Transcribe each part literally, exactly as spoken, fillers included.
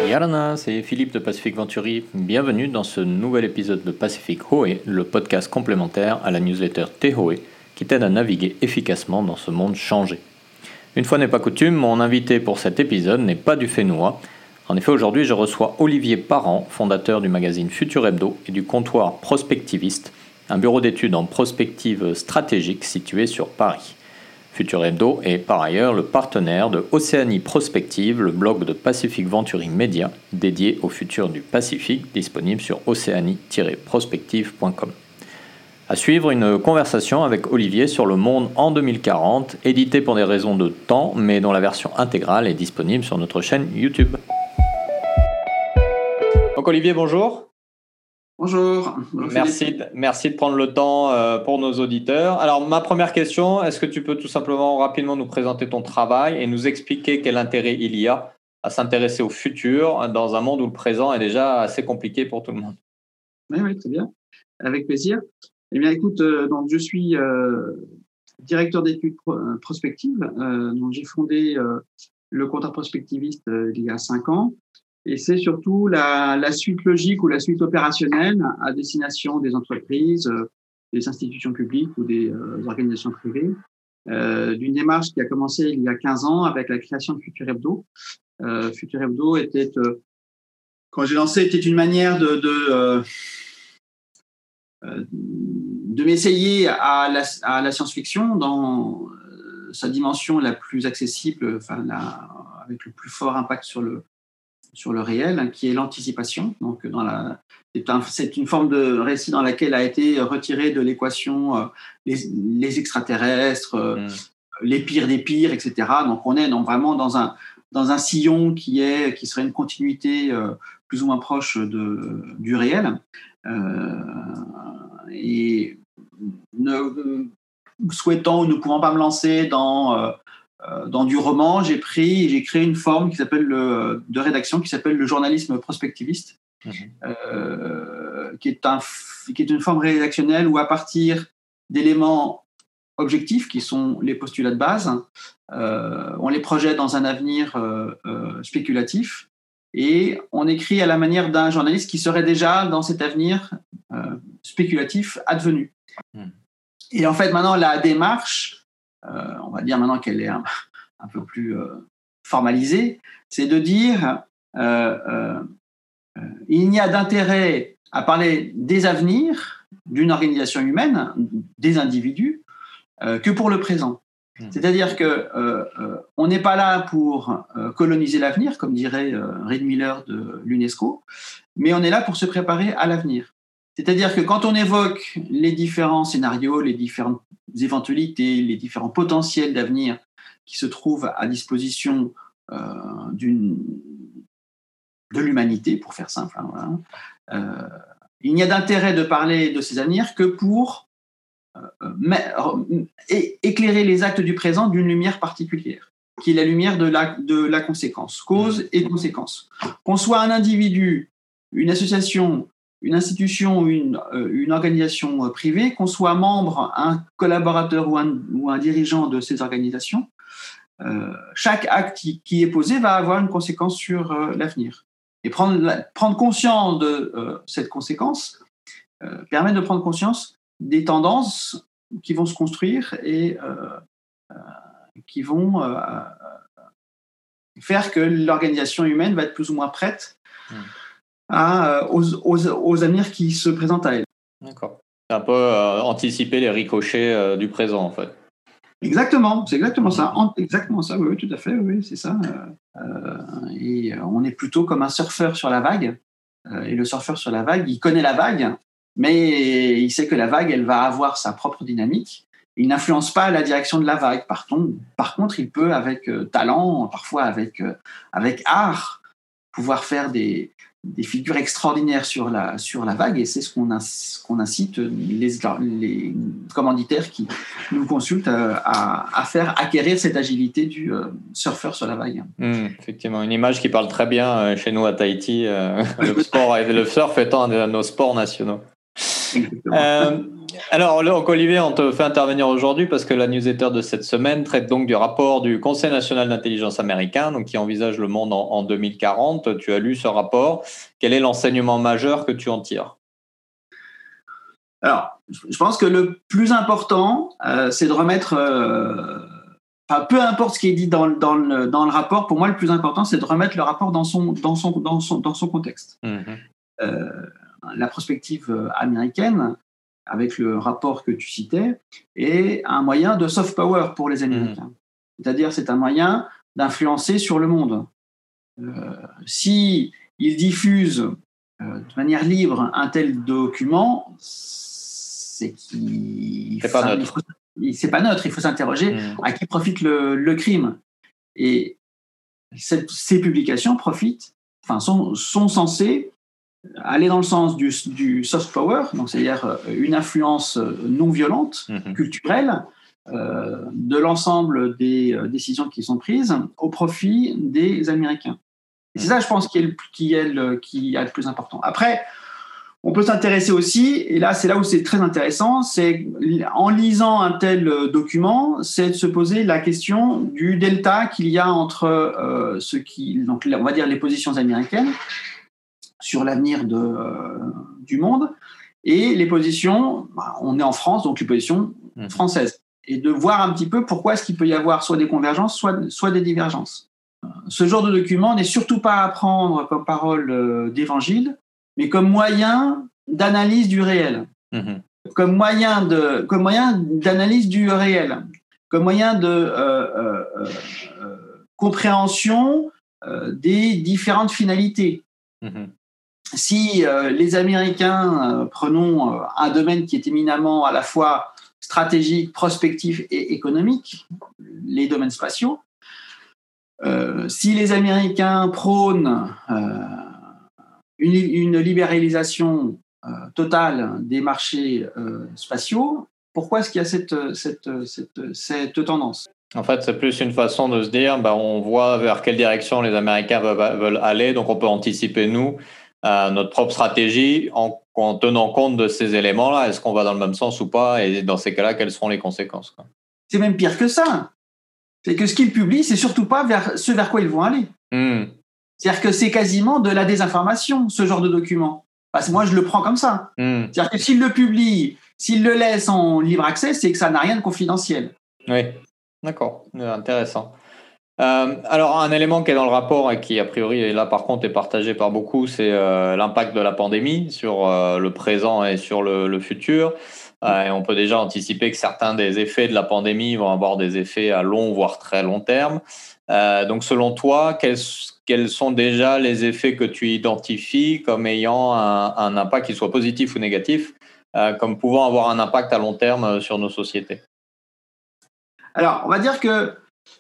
Yarana, c'est Philippe de Pacific Venturi. Bienvenue dans ce nouvel épisode de Pacific Hoé, le podcast complémentaire à la newsletter Tehoe qui t'aide à naviguer efficacement dans ce monde changé. Une fois n'est pas coutume, mon invité pour cet épisode n'est pas du Fénois. En effet, aujourd'hui, je reçois Olivier Parent, fondateur du magazine Futur Hebdo et du comptoir Prospectiviste, un bureau d'études en prospective stratégique situé sur Paris. Futur Hebdo est par ailleurs le partenaire de Océanie Prospective, le blog de Pacific Venturi Media, dédié au futur du Pacifique, disponible sur océanie tiret prospective point com. À suivre, une conversation avec Olivier sur le monde en deux mille quarante, édité pour des raisons de temps, mais dont la version intégrale est disponible sur notre chaîne YouTube. Donc Olivier, bonjour. Bonjour. Bonjour merci, de, merci de prendre le temps euh, pour nos auditeurs. Alors, ma première question, est-ce que tu peux tout simplement rapidement nous présenter ton travail et nous expliquer quel intérêt il y a à s'intéresser au futur dans un monde où le présent est déjà assez compliqué pour tout le monde? Oui, oui, très bien. Avec plaisir. Eh bien, écoute, euh, donc, je suis euh, directeur d'études pro- prospectives. Euh, donc, j'ai fondé euh, le comptoir prospectiviste euh, il y a cinq ans. Et c'est surtout la, la suite logique ou la suite opérationnelle à destination des entreprises, euh, des institutions publiques ou des euh, organisations privées, euh, d'une démarche qui a commencé il y a quinze ans avec la création de Futur Hebdo. Euh, Futur Hebdo était, euh, quand j'ai lancé, était une manière de, de, euh, de m'essayer à la, à la science-fiction dans euh, sa dimension la plus accessible, enfin, la, avec le plus fort impact sur le sur le réel, qui est l'anticipation. Donc, dans la, c'est, un, c'est une forme de récit dans laquelle a été retiré de l'équation euh, les, les extraterrestres, euh, mmh. les pires des pires, et cetera. Donc, on est donc vraiment dans un, dans un sillon qui, est, qui serait une continuité euh, plus ou moins proche de, du réel. Euh, et ne, souhaitant ou ne pouvant pas me lancer dans... Euh, dans du roman, j'ai pris, j'ai créé une forme qui s'appelle le, de rédaction qui s'appelle le journalisme prospectiviste, mmh. euh, qui est un, qui est une forme rédactionnelle où à partir d'éléments objectifs qui sont les postulats de base, euh, on les projette dans un avenir euh, euh, spéculatif et on écrit à la manière d'un journaliste qui serait déjà dans cet avenir euh, spéculatif advenu. Mmh. Et en fait, maintenant, la démarche Euh, on va dire maintenant qu'elle est un, un peu plus euh, formalisée, c'est de dire euh, euh, euh, il n'y a d'intérêt à parler des avenirs d'une organisation humaine, des individus, euh, que pour le présent. Mmh. C'est-à-dire que euh, euh, on n'est pas là pour euh, coloniser l'avenir, comme dirait euh, Reid Miller de l'UNESCO, mais on est là pour se préparer à l'avenir. C'est-à-dire que quand on évoque les différents scénarios, les différentes éventualités, les différents potentiels d'avenir qui se trouvent à disposition euh, d'une, de l'humanité, pour faire simple, hein, voilà, euh, il n'y a d'intérêt de parler de ces avenirs que pour euh, mais, é- éclairer les actes du présent d'une lumière particulière, qui est la lumière de la, de la conséquence, cause et conséquence. Qu'on soit un individu, une association, une institution ou une, euh, une organisation euh, privée, qu'on soit membre, un collaborateur ou un, ou un dirigeant de ces organisations, euh, chaque acte qui, qui est posé va avoir une conséquence sur euh, l'avenir. Et prendre, la, prendre conscience de euh, cette conséquence euh, permet de prendre conscience des tendances qui vont se construire et euh, euh, qui vont euh, faire que l'organisation humaine va être plus ou moins prête mmh. À, aux, aux, aux avenirs qui se présentent à elle. D'accord. C'est un peu euh, anticiper les ricochets euh, du présent, en fait. Exactement, c'est exactement ça. Exactement ça, oui, oui, tout à fait, oui, c'est ça. Euh, et on est plutôt comme un surfeur sur la vague. Euh, et le surfeur sur la vague, il connaît la vague, mais il sait que la vague, elle va avoir sa propre dynamique. Il n'influence pas la direction de la vague. Par, ton, par contre, il peut, avec euh, talent, parfois avec, euh, avec art, pouvoir faire des, des figures extraordinaires sur la, sur la vague, et c'est ce qu'on, ce qu'on incite les, les commanditaires qui nous consultent à, à faire acquérir cette agilité du euh, surfeur sur la vague. Mmh, effectivement, une image qui parle très bien euh, chez nous à Tahiti, euh, le, sport, le surf étant un de nos sports nationaux. Euh, Alors, donc, Olivier, on te fait intervenir aujourd'hui parce que la newsletter de cette semaine traite donc du rapport du Conseil national d'intelligence américain, donc qui envisage le monde en, en deux mille quarante. Tu as lu ce rapport. Quel est l'enseignement majeur que tu en tires? Alors, je pense que le plus important, euh, c'est de remettre, euh, enfin, peu importe ce qui est dit dans, dans, le, dans le rapport, pour moi, le plus important, c'est de remettre le rapport dans son, dans son, dans son, dans son contexte. Mm-hmm. Euh, la prospective américaine, avec le rapport que tu citais, est un moyen de soft power pour les Américains. Mmh. C'est-à-dire, c'est un moyen d'influencer sur le monde. Euh, si ils diffusent euh, de manière libre un tel document, c'est qu'il c'est pas neutre. Il faut, c'est pas neutre. Il faut s'interroger mmh. à qui profite le, le crime. Et cette, ces publications profitent, enfin, sont, sont censées aller dans le sens du, du soft power, donc c'est-à-dire une influence non violente, mmh. culturelle, euh, de l'ensemble des euh, décisions qui sont prises au profit des Américains. Et c'est ça, je pense, qui est, le, qui, est le, qui est le plus important. Après, on peut s'intéresser aussi, et là, c'est là où c'est très intéressant, c'est en lisant un tel document, c'est de se poser la question du delta qu'il y a entre euh, ce qui, donc, on va dire les positions américaines, sur l'avenir de, euh, du monde, et les positions, bah, on est en France, donc les positions mmh. françaises, et de voir un petit peu pourquoi est-ce qu'il peut y avoir soit des convergences, soit, soit des divergences. Ce genre de document n'est surtout pas à prendre comme parole euh, d'évangile, mais comme moyen d'analyse du réel, mmh. comme, moyen de, comme moyen d'analyse du réel, comme moyen de euh, euh, euh, compréhension euh, des différentes finalités. Mmh. Si euh, les Américains, euh, prenons euh, un domaine qui est éminemment à la fois stratégique, prospectif et économique, les domaines spatiaux, euh, si les Américains prônent euh, une, une libéralisation euh, totale des marchés euh, spatiaux, pourquoi est-ce qu'il y a cette, cette, cette, cette tendance ? En fait, c'est plus une façon de se dire, bah, on voit vers quelle direction les Américains veulent, veulent aller, donc on peut anticiper, nous, Euh, notre propre stratégie en, en tenant compte de ces éléments-là. Est-ce qu'on va dans le même sens ou pas? Et dans ces cas-là, quelles seront les conséquences, quoi? C'est même pire que ça. C'est que ce qu'ils publient, c'est surtout pas vers ce vers quoi ils vont aller. Mm. C'est-à-dire que c'est quasiment de la désinformation, ce genre de document. Parce que moi, je le prends comme ça. Mm. C'est-à-dire que s'ils le publient, s'ils le laissent en libre accès, c'est que ça n'a rien de confidentiel. Oui, d'accord. Intéressant. Euh, alors, un élément qui est dans le rapport et qui, a priori, et là, par contre, est partagé par beaucoup, c'est euh, l'impact de la pandémie sur euh, le présent et sur le, le futur. Euh, et on peut déjà anticiper que certains des effets de la pandémie vont avoir des effets à long, voire très long terme. Euh, donc, selon toi, quels, quels sont déjà les effets que tu identifies comme ayant un, un impact, qu'il soit positif ou négatif, euh, comme pouvant avoir un impact à long terme sur nos sociétés? Alors, on va dire que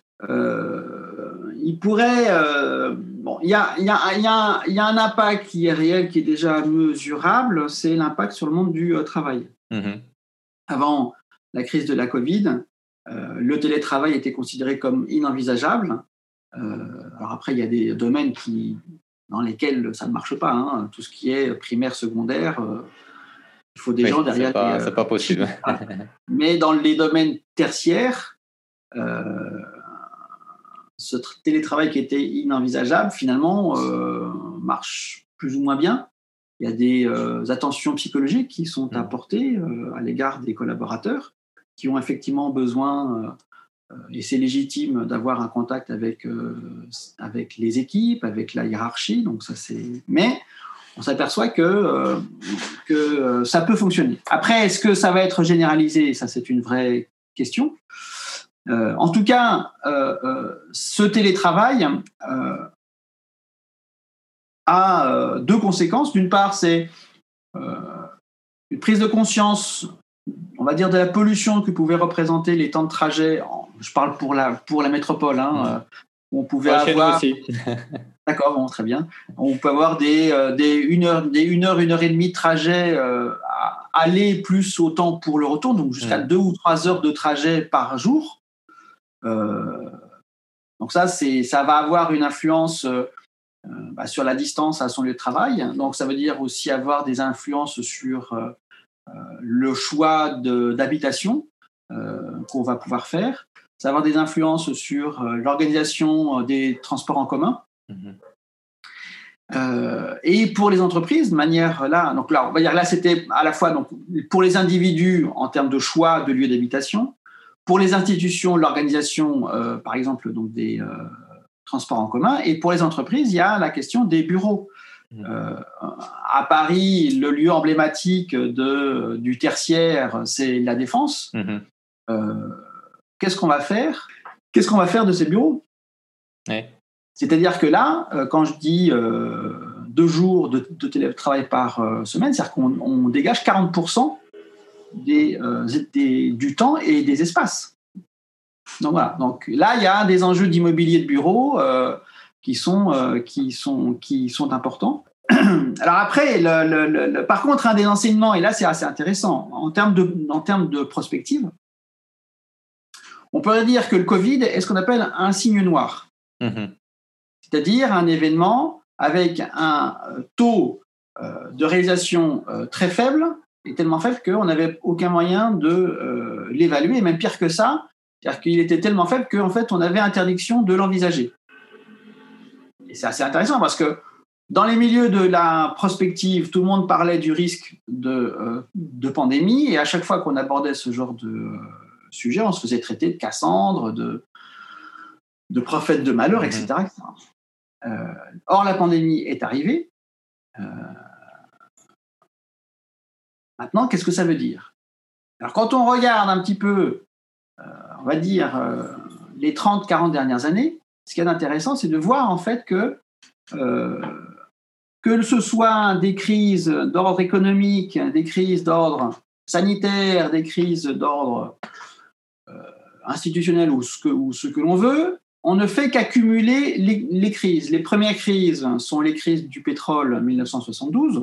Euh, il pourrait, euh, bon, il y a, y, a, y, a, y a un impact qui est réel, qui est déjà mesurable, c'est l'impact sur le monde du euh, travail. Mmh. Avant la crise de la Covid, euh, le télétravail était considéré comme inenvisageable. Euh, alors après, il y a des domaines qui, dans lesquels ça ne marche pas, hein. Tout ce qui est primaire, secondaire, euh, il faut des oui, gens derrière. C'est pas, les, c'est pas possible. Mais dans les domaines tertiaires, euh, ce télétravail qui était inenvisageable, finalement, euh, marche plus ou moins bien. Il y a des euh, attentions psychologiques qui sont apportées euh, à l'égard des collaborateurs qui ont effectivement besoin, euh, et c'est légitime, d'avoir un contact avec, euh, avec les équipes, avec la hiérarchie. Donc ça, c'est... Mais on s'aperçoit que, euh, que euh, ça peut fonctionner. Après, est-ce que ça va être généralisé ? Ça, c'est une vraie question. Euh, en tout cas, euh, euh, ce télétravail euh, a euh, deux conséquences. D'une part, c'est euh, une prise de conscience, on va dire, de la pollution que pouvaient représenter les temps de trajet. Je parle pour la, pour la métropole. Hein, euh, on pouvait ouais, avoir... Chez nous aussi. D'accord, bon, très bien. On peut avoir des, euh, des, une heure, des une heure, une heure et demie de trajet euh, à aller plus autant pour le retour, donc jusqu'à mmh. deux ou trois heures de trajet par jour. Euh, donc ça, c'est, ça va avoir une influence euh, bah, sur la distance à son lieu de travail. Donc ça veut dire aussi avoir des influences sur euh, le choix de, d'habitation euh, qu'on va pouvoir faire. Ça va avoir des influences sur euh, l'organisation des transports en commun. Mmh. Euh, et pour les entreprises, de manière là, donc là, on va dire là, c'était à la fois donc pour les individus en termes de choix de lieu d'habitation, pour les institutions, l'organisation, euh, par exemple, donc des euh, transports en commun, et pour les entreprises, il y a la question des bureaux. Mmh. Euh, à Paris, le lieu emblématique de, du tertiaire, c'est la Défense. Mmh. Euh, qu'est-ce qu'on va faire Qu'est-ce qu'on va faire de ces bureaux ? Ouais. C'est-à-dire que là, quand je dis euh, deux jours de, de télétravail par euh, semaine, c'est-à-dire qu'on on dégage quarante pour cent des, euh, des, du temps et des espaces. Donc voilà. Donc là, il y a des enjeux d'immobilier de bureau euh, qui, sont, euh, qui, sont, qui sont importants. Alors après, le, le, le, par contre, un des enseignements, et là c'est assez intéressant, en termes de, en termes de prospective, on pourrait dire que le Covid est ce qu'on appelle un signe noir. Mmh. C'est-à-dire un événement avec un taux euh, de réalisation euh, très faible, et tellement faible qu'on n'avait aucun moyen de euh, l'évaluer, et même pire que ça, c'est-à-dire qu'il était tellement faible qu'en fait, on avait interdiction de l'envisager. Et c'est assez intéressant parce que dans les milieux de la prospective, tout le monde parlait du risque de, euh, de pandémie, et à chaque fois qu'on abordait ce genre de euh, sujet, on se faisait traiter de Cassandre, de, de prophète de malheur, et cetera, et cetera. Euh, or, la pandémie est arrivée. Euh, maintenant, qu'est-ce que ça veut dire ? Alors, quand on regarde un petit peu, euh, on va dire, euh, les trente quarante dernières années, ce qui est intéressant, c'est de voir en fait que, euh, que ce soit des crises d'ordre économique, des crises d'ordre sanitaire, des crises d'ordre euh, institutionnel ou ce que, ou ce que l'on veut, on ne fait qu'accumuler les, les crises. Les premières crises sont les crises du pétrole en dix-neuf cent soixante-douze.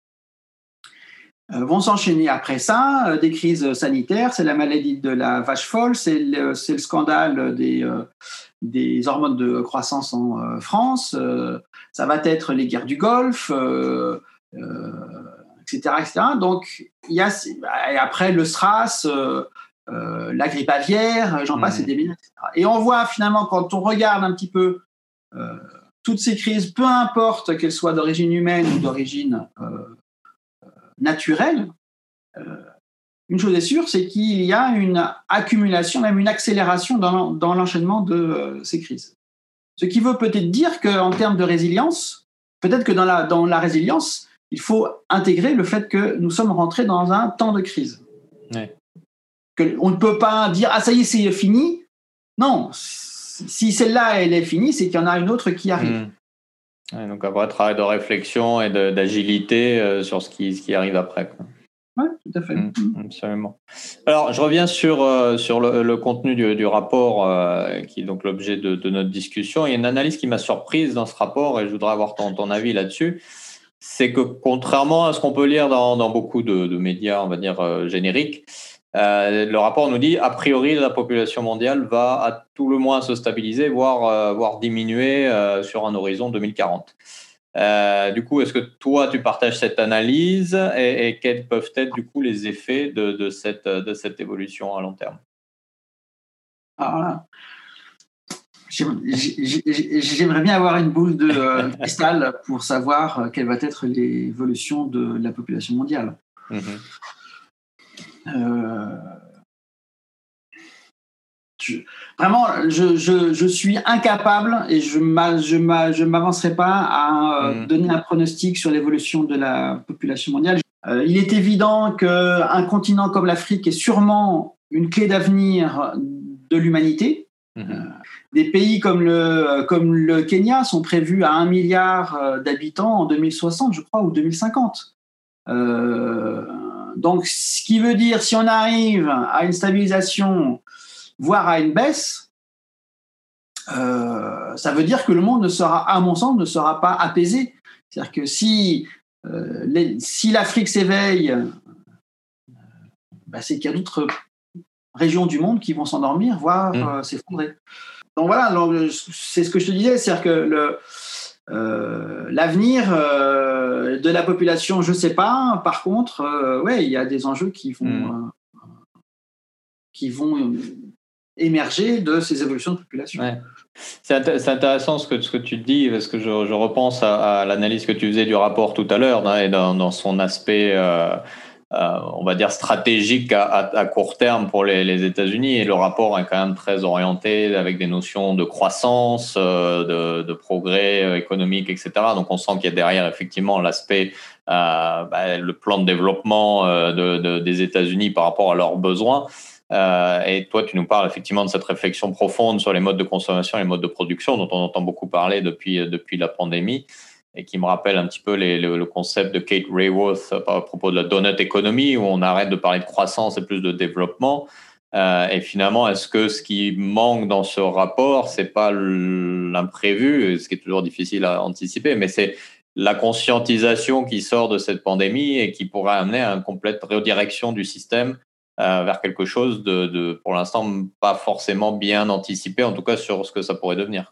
Euh, vont s'enchaîner après ça euh, des crises sanitaires. C'est la maladie de la vache folle, c'est le, c'est le scandale des, euh, des hormones de croissance en euh, France. Euh, ça va être les guerres du Golfe, euh, euh, et cetera, et cetera. Donc, il y a et après le SRAS. Euh, Euh, la grippe aviaire, j'en passe, mmh. et des milliers, et cetera. Et on voit finalement, quand on regarde un petit peu euh, toutes ces crises, peu importe qu'elles soient d'origine humaine ou d'origine euh, euh, naturelle, euh, une chose est sûre, c'est qu'il y a une accumulation, même une accélération dans, dans l'enchaînement de euh, ces crises. Ce qui veut peut-être dire qu'en termes de résilience, peut-être que dans la, dans la résilience, il faut intégrer le fait que nous sommes rentrés dans un temps de crise. Ouais. On ne peut pas dire « Ah, ça y est, c'est fini ». Non, si celle-là, elle est finie, c'est qu'il y en a une autre qui arrive. Mmh. Ouais, donc, un vrai travail de réflexion et de, d'agilité euh, sur ce qui, ce qui arrive après, quoi. Oui, tout à fait. Mmh, absolument. Alors, je reviens sur, euh, sur le, le contenu du, du rapport euh, qui est donc l'objet de, de notre discussion. Il y a une analyse qui m'a surprise dans ce rapport et je voudrais avoir ton, ton avis là-dessus. C'est que contrairement à ce qu'on peut lire dans, dans beaucoup de, de médias, on va dire, euh, génériques, Euh, le rapport nous dit, a priori, la population mondiale va à tout le moins se stabiliser, voire, euh, voire diminuer euh, sur un horizon deux mille quarante. Euh, du coup, est-ce que toi, tu partages cette analyse et, et quels peuvent être du coup les effets de, de, cette, de cette évolution à long terme ? Alors là, j'aimerais bien avoir une boule de euh, cristal pour savoir quelle va être l'évolution de la population mondiale. Mmh. Euh, je, vraiment, je, je, je suis incapable et je ne m'avancerai pas à euh, mmh. donner un pronostic sur l'évolution de la population mondiale. Euh, il est évident qu'un continent comme l'Afrique est sûrement une clé d'avenir de l'humanité. Mmh. Euh, des pays comme le, comme le Kenya sont prévus à un milliard d'habitants en deux mille soixante, je crois, ou deux mille cinquante. Euh, Donc, ce qui veut dire, si on arrive à une stabilisation, voire à une baisse, euh, ça veut dire que le monde ne sera, à mon sens, ne sera pas apaisé. C'est-à-dire que si, euh, les, si l'Afrique s'éveille, euh, bah, c'est qu'il y a d'autres régions du monde qui vont s'endormir, voire mmh. euh, s'effondrer. Donc voilà, donc, c'est ce que je te disais, c'est-à-dire que le, Euh, l'avenir euh, de la population, je ne sais pas. Par contre, euh, ouais, il y a des enjeux qui vont, mmh. euh, qui vont émerger de ces évolutions de population. Ouais. C'est, int- c'est intéressant ce que, ce que tu dis, parce que je, je repense à, à l'analyse que tu faisais du rapport tout à l'heure, hein, et dans, dans son aspect, euh, euh, on va dire, stratégique à, à, à court terme pour les, les États-Unis. Et le rapport est quand même très orienté avec des notions de croissance, euh, de, de progrès économique, et cetera. Donc on sent qu'il y a derrière effectivement l'aspect, euh, bah, le plan de développement euh, de, de, des États-Unis par rapport à leurs besoins. Euh, et toi, tu nous parles effectivement de cette réflexion profonde sur les modes de consommation et les modes de production dont on entend beaucoup parler depuis, depuis la pandémie, et qui me rappelle un petit peu les, le, le concept de Kate Raworth à propos de la donut economy, où on arrête de parler de croissance et plus de développement. Euh, et finalement, est-ce que ce qui manque dans ce rapport, c'est pas l'imprévu, ce qui est toujours difficile à anticiper, mais c'est la conscientisation qui sort de cette pandémie et qui pourrait amener à une complète redirection du système Euh, vers quelque chose de, de, pour l'instant, pas forcément bien anticipé, en tout cas sur ce que ça pourrait devenir.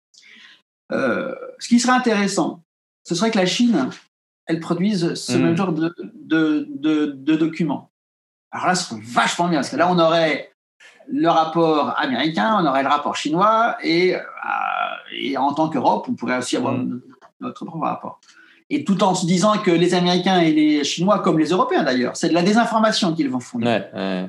Euh, ce qui serait intéressant, ce serait que la Chine, elle produise ce mmh. même genre de, de, de, de documents. Alors là, ce serait vachement bien, parce que là, on aurait le rapport américain, on aurait le rapport chinois, et, euh, et en tant qu'Europe, on pourrait aussi avoir mmh. notre propre rapport. Et tout en se disant que les Américains et les Chinois, comme les Européens d'ailleurs, c'est de la désinformation qu'ils vont fournir. Ouais, ouais.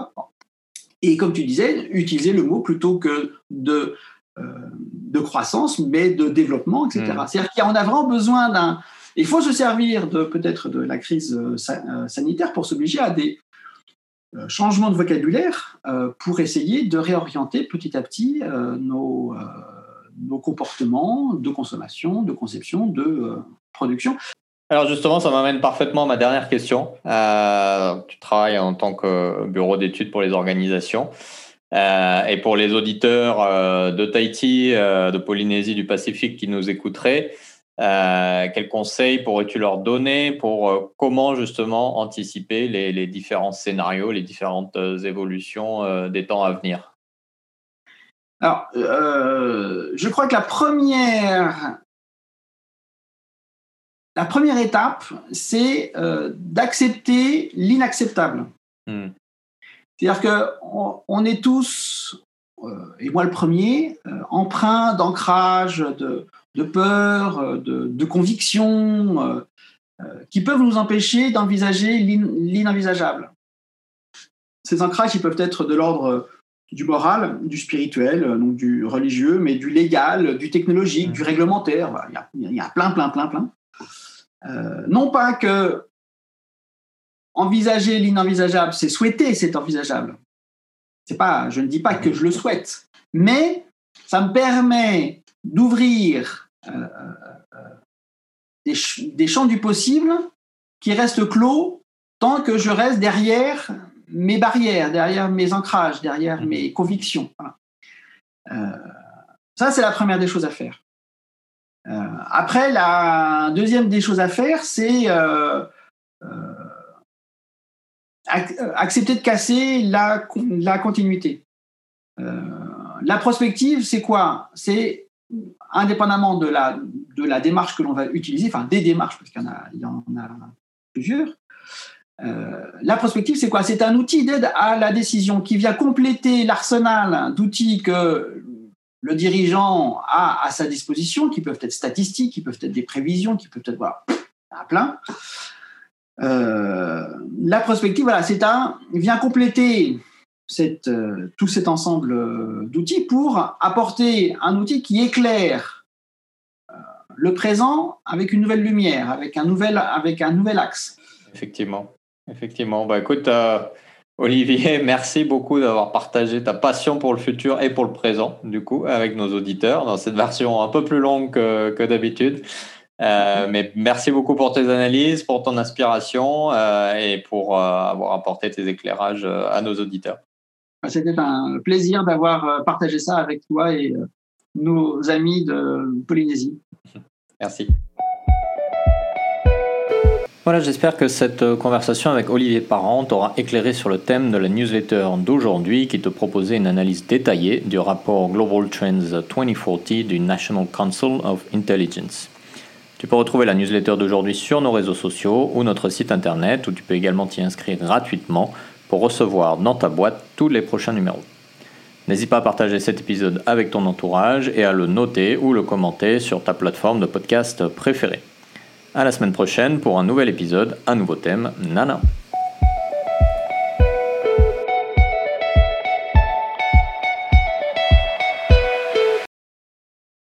Et comme tu disais, utiliser le mot plutôt que de, euh, de croissance, mais de développement, et cetera. Mmh. C'est-à-dire qu'il y en a vraiment besoin d'un... Il faut se servir de, peut-être de la crise sanitaire pour s'obliger à des changements de vocabulaire euh, pour essayer de réorienter petit à petit euh, nos, euh, nos comportements de consommation, de conception, de... Euh, production. Alors justement, ça m'amène parfaitement à ma dernière question. Euh, tu travailles en tant que bureau d'études pour les organisations. Euh, et pour les auditeurs euh, de Tahiti, euh, de Polynésie, du Pacifique qui nous écouteraient, euh, quels conseils pourrais-tu leur donner pour euh, comment justement anticiper les, les différents scénarios, les différentes euh, évolutions euh, des temps à venir? Alors, euh, je crois que la première... La première étape, c'est euh, d'accepter l'inacceptable. Mmh. C'est-à-dire qu'on on est tous, euh, et moi le premier, euh, empreints d'ancrage, de, de peur, de, de conviction, euh, euh, qui peuvent nous empêcher d'envisager l'in, l'inenvisageable. Ces ancrages, ils peuvent être de l'ordre du moral, du spirituel, donc du religieux, mais du légal, du technologique, mmh. du réglementaire. Voilà. Il y a, il y a plein, plein, plein, plein. Euh, non pas que envisager l'inenvisageable, c'est souhaiter cet envisageable. C'est pas, je ne dis pas que je le souhaite, mais ça me permet d'ouvrir euh, euh, des, ch- des champs du possible qui restent clos tant que je reste derrière mes barrières, derrière mes ancrages, derrière mes convictions. Voilà. Euh, ça, c'est la première des choses à faire. Euh, après, la deuxième des choses à faire, c'est euh, euh, ac- accepter de casser la, la continuité. Euh, la prospective, c'est quoi? C'est indépendamment de la, de la démarche que l'on va utiliser, enfin des démarches, parce qu'il y en a, il y en a plusieurs. Euh, la prospective, c'est quoi? C'est un outil d'aide à la décision qui vient compléter l'arsenal d'outils que le dirigeant a à sa disposition, qui peuvent être statistiques, qui peuvent être des prévisions, qui peuvent être voilà, à plein. Euh, la prospective, voilà, c'est un vient compléter cette, euh, tout cet ensemble d'outils pour apporter un outil qui éclaire euh, le présent avec une nouvelle lumière, avec un nouvel, avec un nouvel axe. Effectivement, effectivement. Bah écoute. Euh... Olivier, merci beaucoup d'avoir partagé ta passion pour le futur et pour le présent, du coup, avec nos auditeurs, dans cette version un peu plus longue que, que d'habitude. Euh, mais merci beaucoup pour tes analyses, pour ton inspiration euh, et pour euh, avoir apporté tes éclairages euh, à nos auditeurs. C'était un plaisir d'avoir partagé ça avec toi et euh, nos amis de Polynésie. Merci. Voilà, j'espère que cette conversation avec Olivier Parent t'aura éclairé sur le thème de la newsletter d'aujourd'hui qui te proposait une analyse détaillée du rapport Global Trends vingt quarante du National Council of Intelligence. Tu peux retrouver la newsletter d'aujourd'hui sur nos réseaux sociaux ou notre site internet où tu peux également t'y inscrire gratuitement pour recevoir dans ta boîte tous les prochains numéros. N'hésite pas à partager cet épisode avec ton entourage et à le noter ou le commenter sur ta plateforme de podcast préférée. À la semaine prochaine pour un nouvel épisode, un nouveau thème. Nana.